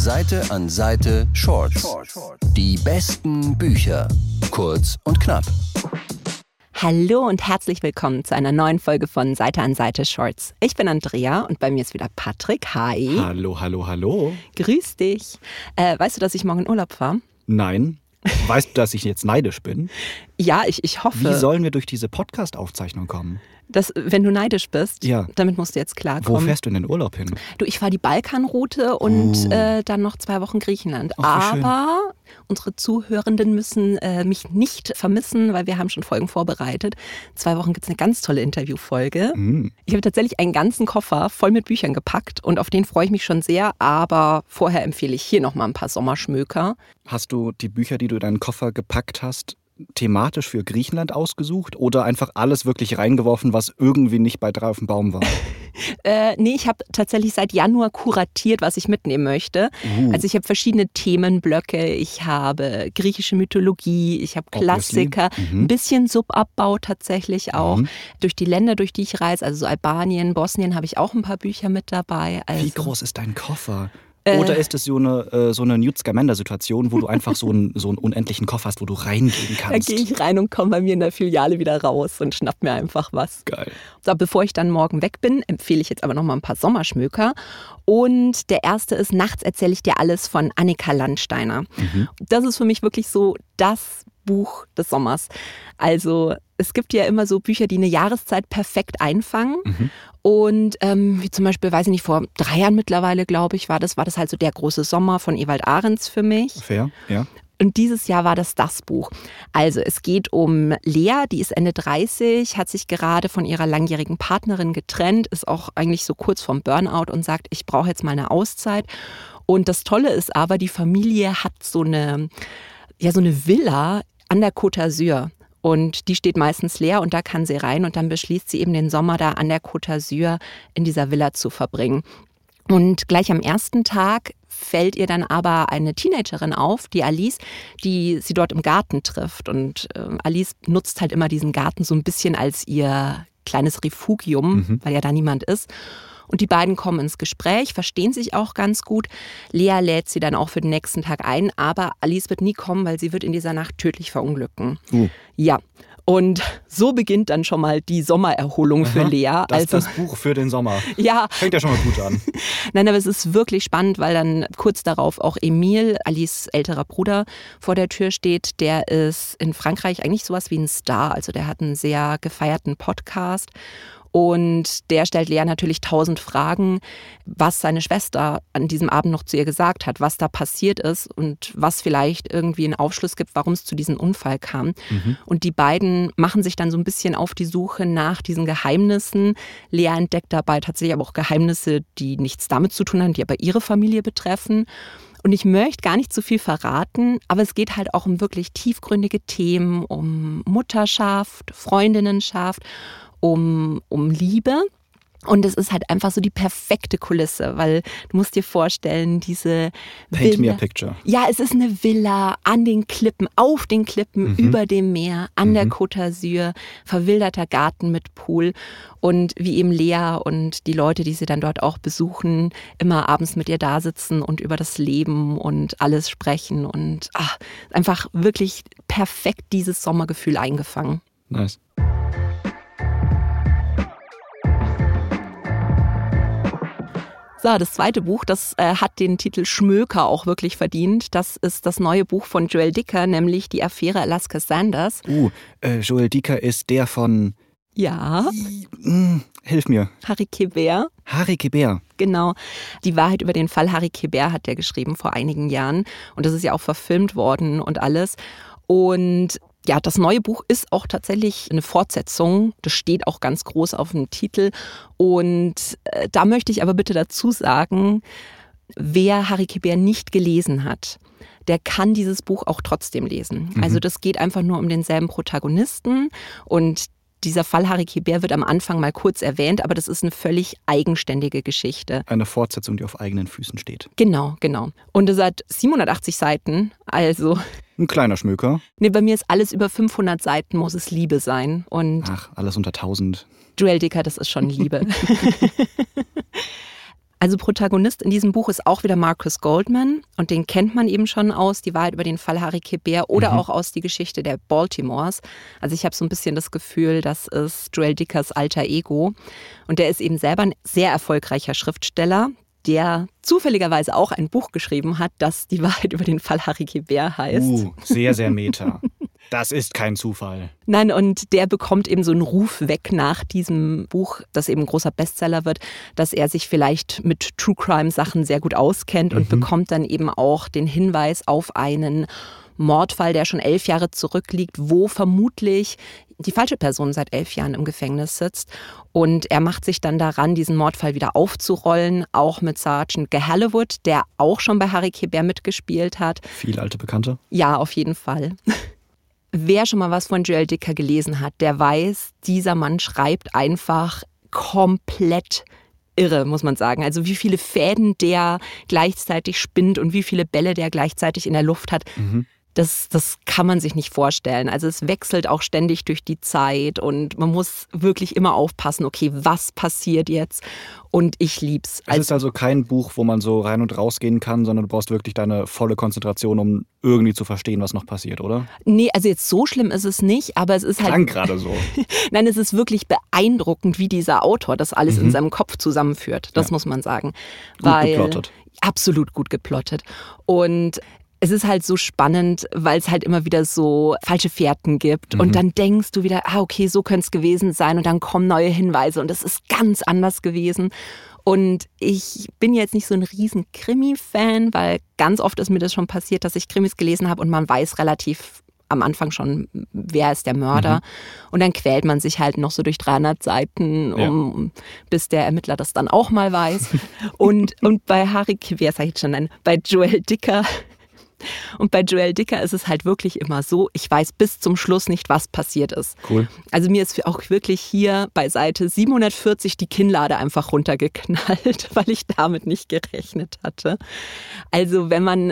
Seite an Seite Shorts. Die besten Bücher. Kurz und knapp. Hallo und herzlich willkommen zu einer neuen Folge von Seite an Seite Shorts. Ich bin Andrea und bei mir ist wieder Patrick. Hi. Hallo, hallo, hallo. Grüß dich. Weißt du, dass ich morgen in Urlaub fahre? Nein. Weißt du, dass ich jetzt neidisch bin? Ja, ich hoffe. Wie sollen wir durch diese Podcast-Aufzeichnung kommen? Wenn du neidisch bist, ja. Damit musst du jetzt klarkommen. Wo fährst du in den Urlaub hin? Du, ich fahre die Balkanroute und dann noch 2 Wochen Griechenland. Ach, aber unsere Zuhörenden müssen mich nicht vermissen, weil wir haben schon Folgen vorbereitet. 2 Wochen gibt es eine ganz tolle Interviewfolge. Ich habe tatsächlich einen ganzen Koffer voll mit Büchern gepackt und auf den freue ich mich schon sehr. Aber vorher empfehle ich hier nochmal ein paar Sommerschmöker. Hast du die Bücher, die du in deinen Koffer gepackt hast, thematisch für Griechenland ausgesucht oder einfach alles wirklich reingeworfen, was irgendwie nicht bei 3 auf dem Baum war? Nee, ich habe tatsächlich seit Januar kuratiert, was ich mitnehmen möchte. Also ich habe verschiedene Themenblöcke, ich habe griechische Mythologie, ich habe Klassiker, ein bisschen Subabbau tatsächlich auch. Durch die Länder, durch die ich reise, also so Albanien, Bosnien, habe ich auch ein paar Bücher mit dabei. Also, wie groß ist dein Koffer? Oder ist es so eine Newt Scamander-Situation, wo du einfach so einen unendlichen Koffer hast, wo du reingehen kannst? Da gehe ich rein und komme bei mir in der Filiale wieder raus und schnapp mir einfach was. Geil. So, bevor ich dann morgen weg bin, empfehle ich jetzt aber noch mal ein paar Sommerschmöker. Und der erste ist Nachts erzähle ich dir alles von Annika Landsteiner. Das ist für mich wirklich so das Buch des Sommers. Also es gibt ja immer so Bücher, die eine Jahreszeit perfekt einfangen. Und wie zum Beispiel, weiß ich nicht, vor 3 Jahren mittlerweile, glaube ich, war das halt so der große Sommer von Ewald Ahrens für mich. Fair, ja. Und dieses Jahr war das Buch. Also es geht um Lea, die ist Ende 30, hat sich gerade von ihrer langjährigen Partnerin getrennt, ist auch eigentlich so kurz vorm Burnout und sagt, ich brauche jetzt mal eine Auszeit. Und das Tolle ist aber, die Familie hat so eine Villa an der Côte d'Azur. Und die steht meistens leer und da kann sie rein und dann beschließt sie eben den Sommer da an der Côte d'Azur in dieser Villa zu verbringen. Und gleich am ersten Tag fällt ihr dann aber eine Teenagerin auf, die Alice, die sie dort im Garten trifft. Und Alice nutzt halt immer diesen Garten so ein bisschen als ihr kleines Refugium, weil ja da niemand ist. Und die beiden kommen ins Gespräch, verstehen sich auch ganz gut. Lea lädt sie dann auch für den nächsten Tag ein, aber Alice wird nie kommen, weil sie wird in dieser Nacht tödlich verunglücken. Ja, und so beginnt dann schon mal die Sommererholung für Lea. Das ist das Buch für den Sommer. Ja. Fängt ja schon mal gut an. Nein, aber es ist wirklich spannend, weil dann kurz darauf auch Emile, Alice' älterer Bruder, vor der Tür steht. Der ist in Frankreich eigentlich sowas wie ein Star. Also der hat einen sehr gefeierten Podcast. Und der stellt Lea natürlich 1000 Fragen, was seine Schwester an diesem Abend noch zu ihr gesagt hat, was da passiert ist und was vielleicht irgendwie einen Aufschluss gibt, warum es zu diesem Unfall kam. Und die beiden machen sich dann so ein bisschen auf die Suche nach diesen Geheimnissen. Lea entdeckt dabei tatsächlich aber auch Geheimnisse, die nichts damit zu tun haben, die aber ihre Familie betreffen. Und ich möchte gar nicht zu viel verraten, aber es geht halt auch um wirklich tiefgründige Themen, um Mutterschaft, Freundinnenschaft, um Liebe. Und es ist halt einfach so die perfekte Kulisse, weil du musst dir vorstellen, diese Paint Villa, me a picture. Ja, es ist eine Villa an den Klippen, auf den Klippen, über dem Meer, an der Côte d'Azur, verwilderter Garten mit Pool. Und wie eben Lea und die Leute, die sie dann dort auch besuchen, immer abends mit ihr da sitzen und über das Leben und alles sprechen. Und einfach wirklich perfekt dieses Sommergefühl eingefangen. Nice. So, das zweite Buch, das hat den Titel Schmöker auch wirklich verdient. Das ist das neue Buch von Joel Dicker, nämlich Die Affäre Alaska Sanders. Joel Dicker ist der von... Ja. Hilf mir. Harry Quebert. Harry Quebert. Genau. Die Wahrheit über den Fall Harry Quebert hat er geschrieben vor einigen Jahren. Und das ist ja auch verfilmt worden und alles. Und ja, das neue Buch ist auch tatsächlich eine Fortsetzung. Das steht auch ganz groß auf dem Titel. Und da möchte ich aber bitte dazu sagen, wer Harry Quebert nicht gelesen hat, der kann dieses Buch auch trotzdem lesen. Also das geht einfach nur um denselben Protagonisten und dieser Fall Harry Quebert wird am Anfang mal kurz erwähnt, aber das ist eine völlig eigenständige Geschichte. Eine Fortsetzung, die auf eigenen Füßen steht. Genau. Und es hat 780 Seiten, also... Ein kleiner Schmöker. Nee, bei mir ist alles über 500 Seiten, muss es Liebe sein. Und alles unter 1000. Joel Dicker, das ist schon Liebe. Also Protagonist in diesem Buch ist auch wieder Marcus Goldman und den kennt man eben schon aus Die Wahrheit über den Fall Harry Quebert oder auch aus Die Geschichte der Baltimores. Also ich habe so ein bisschen das Gefühl, das ist Joel Dickers alter Ego und der ist eben selber ein sehr erfolgreicher Schriftsteller, der zufälligerweise auch ein Buch geschrieben hat, das Die Wahrheit über den Fall Harry Quebert heißt. Sehr, sehr meta. Das ist kein Zufall. Nein, und der bekommt eben so einen Ruf weg nach diesem Buch, das eben ein großer Bestseller wird, dass er sich vielleicht mit True-Crime-Sachen sehr gut auskennt und bekommt dann eben auch den Hinweis auf einen Mordfall, der schon 11 Jahre zurückliegt, wo vermutlich die falsche Person seit 11 Jahren im Gefängnis sitzt. Und er macht sich dann daran, diesen Mordfall wieder aufzurollen, auch mit Sergeant Galloway, der auch schon bei Harry Quebert mitgespielt hat. Viele alte Bekannte? Ja, auf jeden Fall. Wer schon mal was von Joel Dicker gelesen hat, der weiß, dieser Mann schreibt einfach komplett irre, muss man sagen. Also wie viele Fäden der gleichzeitig spinnt und wie viele Bälle der gleichzeitig in der Luft hat. Das kann man sich nicht vorstellen. Also es wechselt auch ständig durch die Zeit und man muss wirklich immer aufpassen, okay, was passiert jetzt? Und ich lieb's. Es ist also kein Buch, wo man so rein und raus gehen kann, sondern du brauchst wirklich deine volle Konzentration, um irgendwie zu verstehen, was noch passiert, oder? Nee, also jetzt so schlimm ist es nicht, aber es ist halt... Klang gerade so. Nein, es ist wirklich beeindruckend, wie dieser Autor das alles in seinem Kopf zusammenführt. Das muss man sagen. Gut geplottet. Absolut gut geplottet. Und es ist halt so spannend, weil es halt immer wieder so falsche Fährten gibt. Und dann denkst du wieder, okay, so könnte es gewesen sein. Und dann kommen neue Hinweise und es ist ganz anders gewesen. Und ich bin jetzt nicht so ein riesen Krimi-Fan, weil ganz oft ist mir das schon passiert, dass ich Krimis gelesen habe und man weiß relativ am Anfang schon, wer ist der Mörder. Und dann quält man sich halt noch so durch 300 Seiten, bis der Ermittler das dann auch mal weiß. Und bei Harry Quebert, sag ich jetzt schon, nein, bei Joel Dicker... Und bei Joel Dicker ist es halt wirklich immer so, ich weiß bis zum Schluss nicht, was passiert ist. Cool. Also mir ist auch wirklich hier bei Seite 740 die Kinnlade einfach runtergeknallt, weil ich damit nicht gerechnet hatte. Also wenn man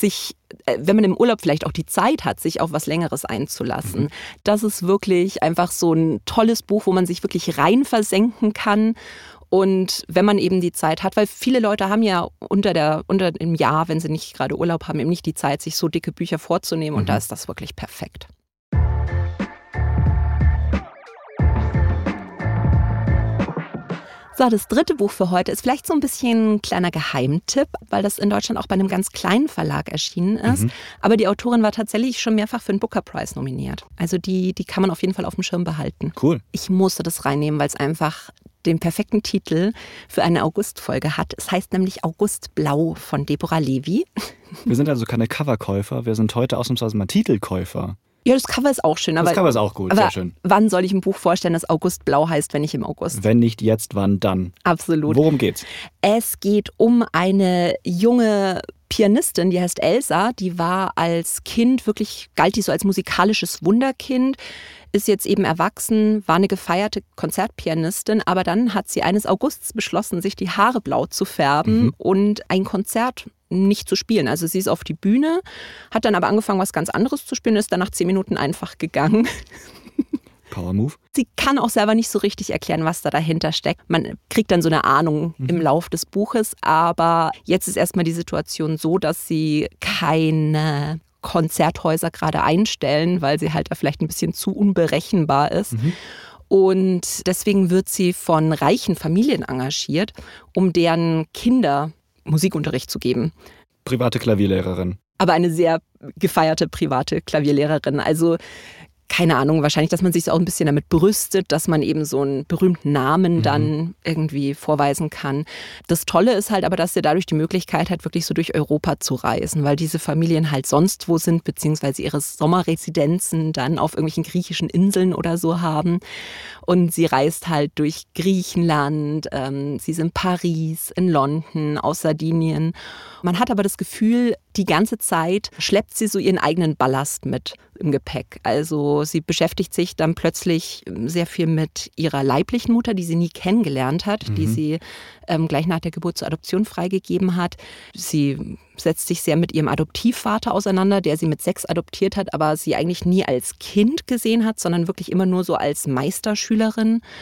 im Urlaub vielleicht auch die Zeit hat, sich auf was Längeres einzulassen, das ist wirklich einfach so ein tolles Buch, wo man sich wirklich rein versenken kann. Und wenn man eben die Zeit hat, weil viele Leute haben ja unter dem Jahr, wenn sie nicht gerade Urlaub haben, eben nicht die Zeit, sich so dicke Bücher vorzunehmen. Und da ist das wirklich perfekt. So, das dritte Buch für heute ist vielleicht so ein bisschen ein kleiner Geheimtipp, weil das in Deutschland auch bei einem ganz kleinen Verlag erschienen ist. Aber die Autorin war tatsächlich schon mehrfach für den Booker Prize nominiert. Also die kann man auf jeden Fall auf dem Schirm behalten. Cool. Ich musste das reinnehmen, weil es einfach den perfekten Titel für eine August-Folge hat. Es heißt nämlich Augustblau von Deborah Levy. Wir sind also keine Coverkäufer, wir sind heute ausnahmsweise mal Titelkäufer. Ja, das Cover ist auch schön. Das Cover ist auch gut, sehr schön. Wann soll ich ein Buch vorstellen, das Augustblau heißt, wenn nicht im August? Wenn nicht jetzt, wann dann? Absolut. Worum geht's? Es geht um eine junge Pianistin, die heißt Elsa. Die war als Kind wirklich, galt die so als musikalisches Wunderkind, ist jetzt eben erwachsen, war eine gefeierte Konzertpianistin, aber dann hat sie eines Augusts beschlossen, sich die Haare blau zu färben und ein Konzert nicht zu spielen. Also sie ist auf die Bühne, hat dann aber angefangen, was ganz anderes zu spielen, ist dann nach 10 Minuten einfach gegangen. Power Move. Sie kann auch selber nicht so richtig erklären, was da dahinter steckt. Man kriegt dann so eine Ahnung im Lauf des Buches, aber jetzt ist erstmal die Situation so, dass sie keine Konzerthäuser gerade einstellen, weil sie halt da vielleicht ein bisschen zu unberechenbar ist. Und deswegen wird sie von reichen Familien engagiert, um deren Kinder Musikunterricht zu geben. Private Klavierlehrerin. Aber eine sehr gefeierte private Klavierlehrerin. Also keine Ahnung, wahrscheinlich, dass man sich auch ein bisschen damit brüstet, dass man eben so einen berühmten Namen dann irgendwie vorweisen kann. Das Tolle ist halt aber, dass sie dadurch die Möglichkeit hat, wirklich so durch Europa zu reisen, weil diese Familien halt sonst wo sind, beziehungsweise ihre Sommerresidenzen dann auf irgendwelchen griechischen Inseln oder so haben. Und sie reist halt durch Griechenland, sie ist in Paris, in London, aus Sardinien. Man hat aber das Gefühl, die ganze Zeit schleppt sie so ihren eigenen Ballast mit im Gepäck. Also sie beschäftigt sich dann plötzlich sehr viel mit ihrer leiblichen Mutter, die sie nie kennengelernt hat, die sie gleich nach der Geburt zur Adoption freigegeben hat. Sie setzt sich sehr mit ihrem Adoptivvater auseinander, der sie mit 6 adoptiert hat, aber sie eigentlich nie als Kind gesehen hat, sondern wirklich immer nur so als Meisterschülerin.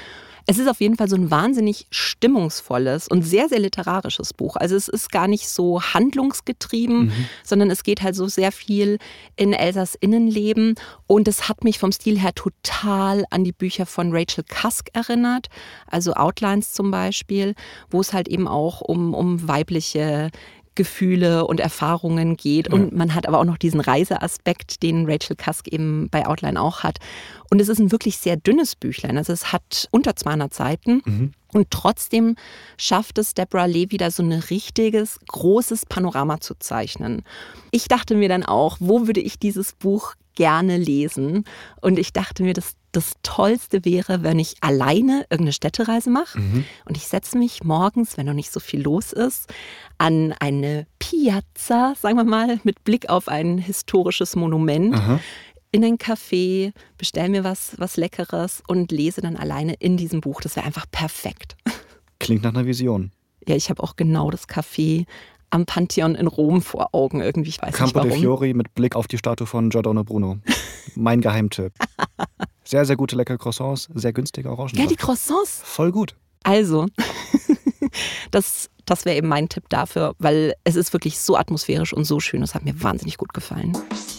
Es ist auf jeden Fall so ein wahnsinnig stimmungsvolles und sehr, sehr literarisches Buch. Also es ist gar nicht so handlungsgetrieben, sondern es geht halt so sehr viel in Elsas Innenleben. Und es hat mich vom Stil her total an die Bücher von Rachel Cusk erinnert, also Outlines zum Beispiel, wo es halt eben auch um weibliche Gefühle und Erfahrungen geht. Und man hat aber auch noch diesen Reiseaspekt, den Rachel Cusk eben bei Outline auch hat. Und es ist ein wirklich sehr dünnes Büchlein. Also es hat unter 200 Seiten. Und trotzdem schafft es Deborah Levy da so ein richtiges, großes Panorama zu zeichnen. Ich dachte mir dann auch, wo würde ich dieses Buch gerne lesen? Und ich dachte mir, das Tollste wäre, wenn ich alleine irgendeine Städtereise mache und ich setze mich morgens, wenn noch nicht so viel los ist, an eine Piazza, sagen wir mal, mit Blick auf ein historisches Monument, in ein Café, bestelle mir was Leckeres und lese dann alleine in diesem Buch. Das wäre einfach perfekt. Klingt nach einer Vision. Ja, ich habe auch genau das Café am Pantheon in Rom vor Augen irgendwie. Ich weiß Campo nicht warum. de Fiori mit Blick auf die Statue von Giordano Bruno. Mein Geheimtipp. Sehr, sehr gute leckere Croissants, sehr günstige Orangen. Ja, die Croissants. Voll gut. Also, das wäre eben mein Tipp dafür, weil es ist wirklich so atmosphärisch und so schön. Das hat mir wahnsinnig gut gefallen.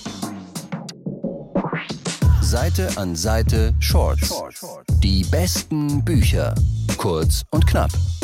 Seite an Seite Shorts. Die besten Bücher. Kurz und knapp.